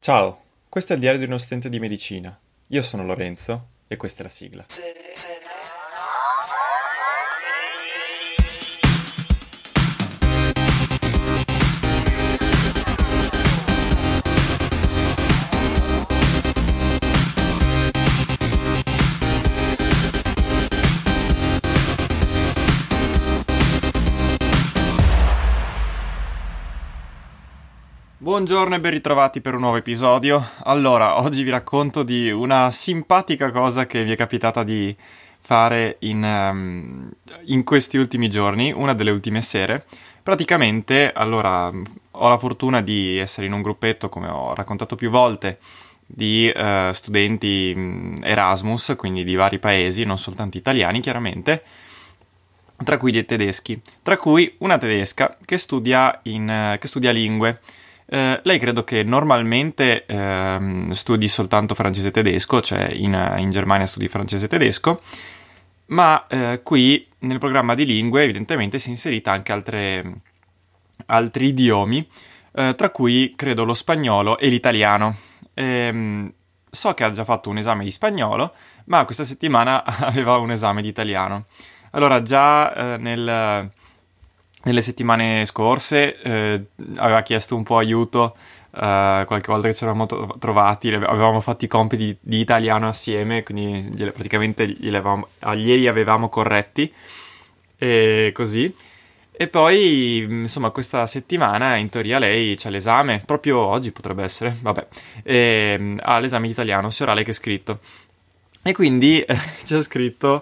Ciao, questo è il diario di uno studente di medicina. Io sono Lorenzo e questa è la sigla. Buongiorno e ben ritrovati per un nuovo episodio. Allora, oggi vi racconto di una simpatica cosa che mi è capitata di fare in questi ultimi giorni, una delle ultime sere. Praticamente, allora, ho la fortuna di essere in un gruppetto, come ho raccontato più volte, di studenti Erasmus, quindi di vari paesi, non soltanto italiani, chiaramente, tra cui dei tedeschi, tra cui una tedesca che studia lingue. Lei credo che normalmente studi soltanto francese e tedesco, cioè in Germania studi francese e tedesco, ma qui nel programma di lingue evidentemente si è inserita anche altri idiomi, tra cui credo lo spagnolo e l'italiano. So che ha già fatto un esame di spagnolo, ma questa settimana aveva un esame di italiano. Allora già nelle settimane scorse aveva chiesto un po' aiuto, qualche volta che ci eravamo trovati, avevamo fatto i compiti di italiano assieme, quindi glieli avevamo corretti, e così. E poi, insomma, questa settimana in teoria lei c'ha l'esame, proprio oggi potrebbe essere, vabbè, ha l'esame di italiano, sia orale che scritto. E quindi ci ha scritto...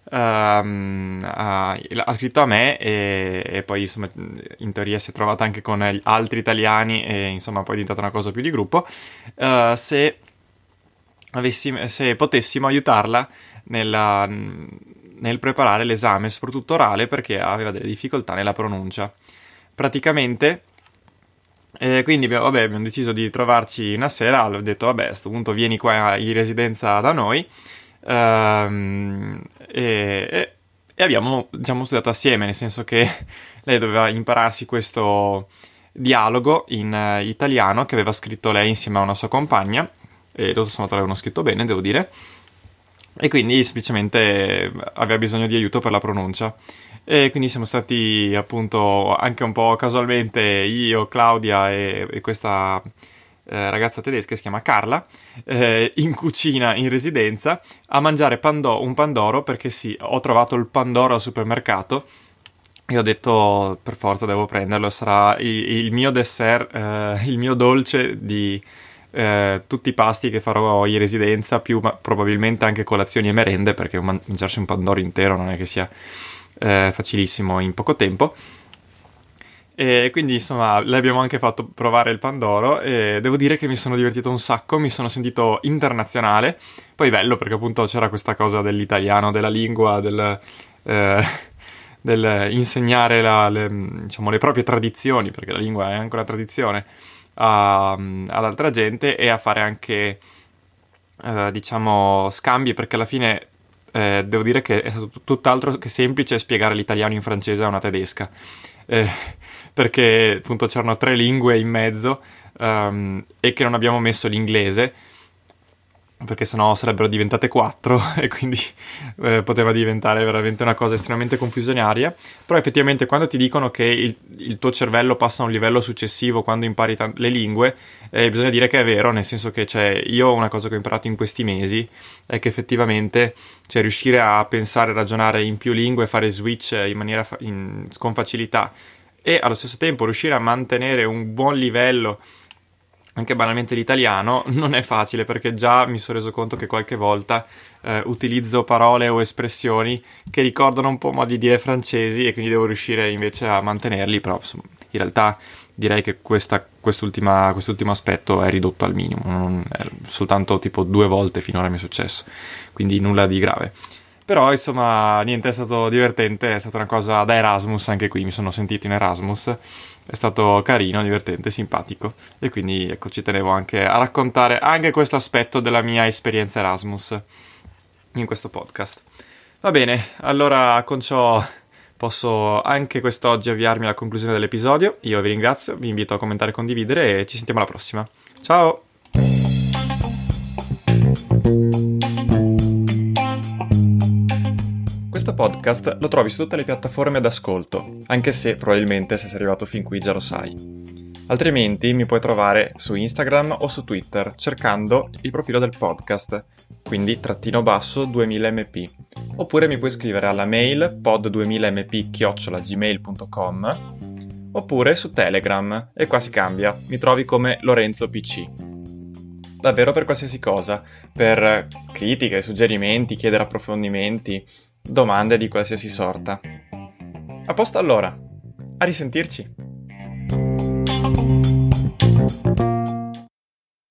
ha scritto a me e poi insomma in teoria si è trovata anche con altri italiani e insomma poi è diventata una cosa più di gruppo, se potessimo aiutarla nel preparare l'esame, soprattutto orale, perché aveva delle difficoltà nella pronuncia. Praticamente quindi abbiamo deciso di trovarci una sera. Ho detto vabbè, a questo punto vieni qua in residenza da noi. E abbiamo, diciamo, studiato assieme, nel senso che lei doveva impararsi questo dialogo in italiano che aveva scritto lei insieme a una sua compagna, e tutto sommato l'avevano scritto bene, devo dire, e quindi semplicemente aveva bisogno di aiuto per la pronuncia. E quindi siamo stati appunto anche un po' casualmente io, Claudia e questa ragazza tedesca che si chiama Carla, in cucina in residenza a mangiare un pandoro, perché sì, ho trovato il pandoro al supermercato e ho detto per forza devo prenderlo, sarà il mio dessert, il mio dolce di tutti i pasti che farò in residenza, più probabilmente anche colazioni e merende, perché mangiarsi un pandoro intero non è che sia facilissimo in poco tempo. E quindi insomma le abbiamo anche fatto provare il pandoro e devo dire che mi sono divertito un sacco, mi sono sentito internazionale. Poi bello perché appunto c'era questa cosa dell'italiano, della lingua, del insegnare diciamo, le proprie tradizioni, perché la lingua è anche una tradizione, ad altra gente, e a fare anche diciamo scambi, perché alla fine devo dire che è stato tutt'altro che semplice spiegare l'italiano in francese a una tedesca. Perché appunto c'erano 3 lingue in mezzo, e che non abbiamo messo l'inglese, perché sennò sarebbero diventate 4 e quindi poteva diventare veramente una cosa estremamente confusionaria. Però effettivamente quando ti dicono che il tuo cervello passa a un livello successivo quando impari le lingue, bisogna dire che è vero, nel senso che io una cosa che ho imparato in questi mesi è che effettivamente riuscire a pensare e ragionare in più lingue, fare switch con facilità, e allo stesso tempo riuscire a mantenere un buon livello anche banalmente l'italiano non è facile, perché già mi sono reso conto che qualche volta utilizzo parole o espressioni che ricordano un po' modi di dire francesi, e quindi devo riuscire invece a mantenerli, però insomma, in realtà direi che quest'ultimo aspetto è ridotto al minimo, soltanto tipo 2 volte finora mi è successo, quindi nulla di grave. Però insomma niente, è stato divertente, è stata una cosa da Erasmus, anche qui mi sono sentito in Erasmus, è stato carino, divertente, simpatico, e quindi ecco, ci tenevo anche a raccontare anche questo aspetto della mia esperienza Erasmus in questo podcast. Va bene, allora con ciò posso anche quest'oggi avviarmi alla conclusione dell'episodio. Io vi ringrazio, vi invito a commentare e condividere e ci sentiamo alla prossima. Ciao! podcast lo trovi su tutte le piattaforme d'ascolto, anche se probabilmente se sei arrivato fin qui già lo sai. Altrimenti mi puoi trovare su Instagram o su Twitter cercando il profilo del podcast, quindi _2000mp. Oppure mi puoi scrivere alla mail pod2000mp@gmail.com oppure su Telegram, e qua si cambia, mi trovi come Lorenzo PC. Davvero per qualsiasi cosa, per critiche, suggerimenti, chiedere approfondimenti, domande di qualsiasi sorta. A posto allora, a risentirci!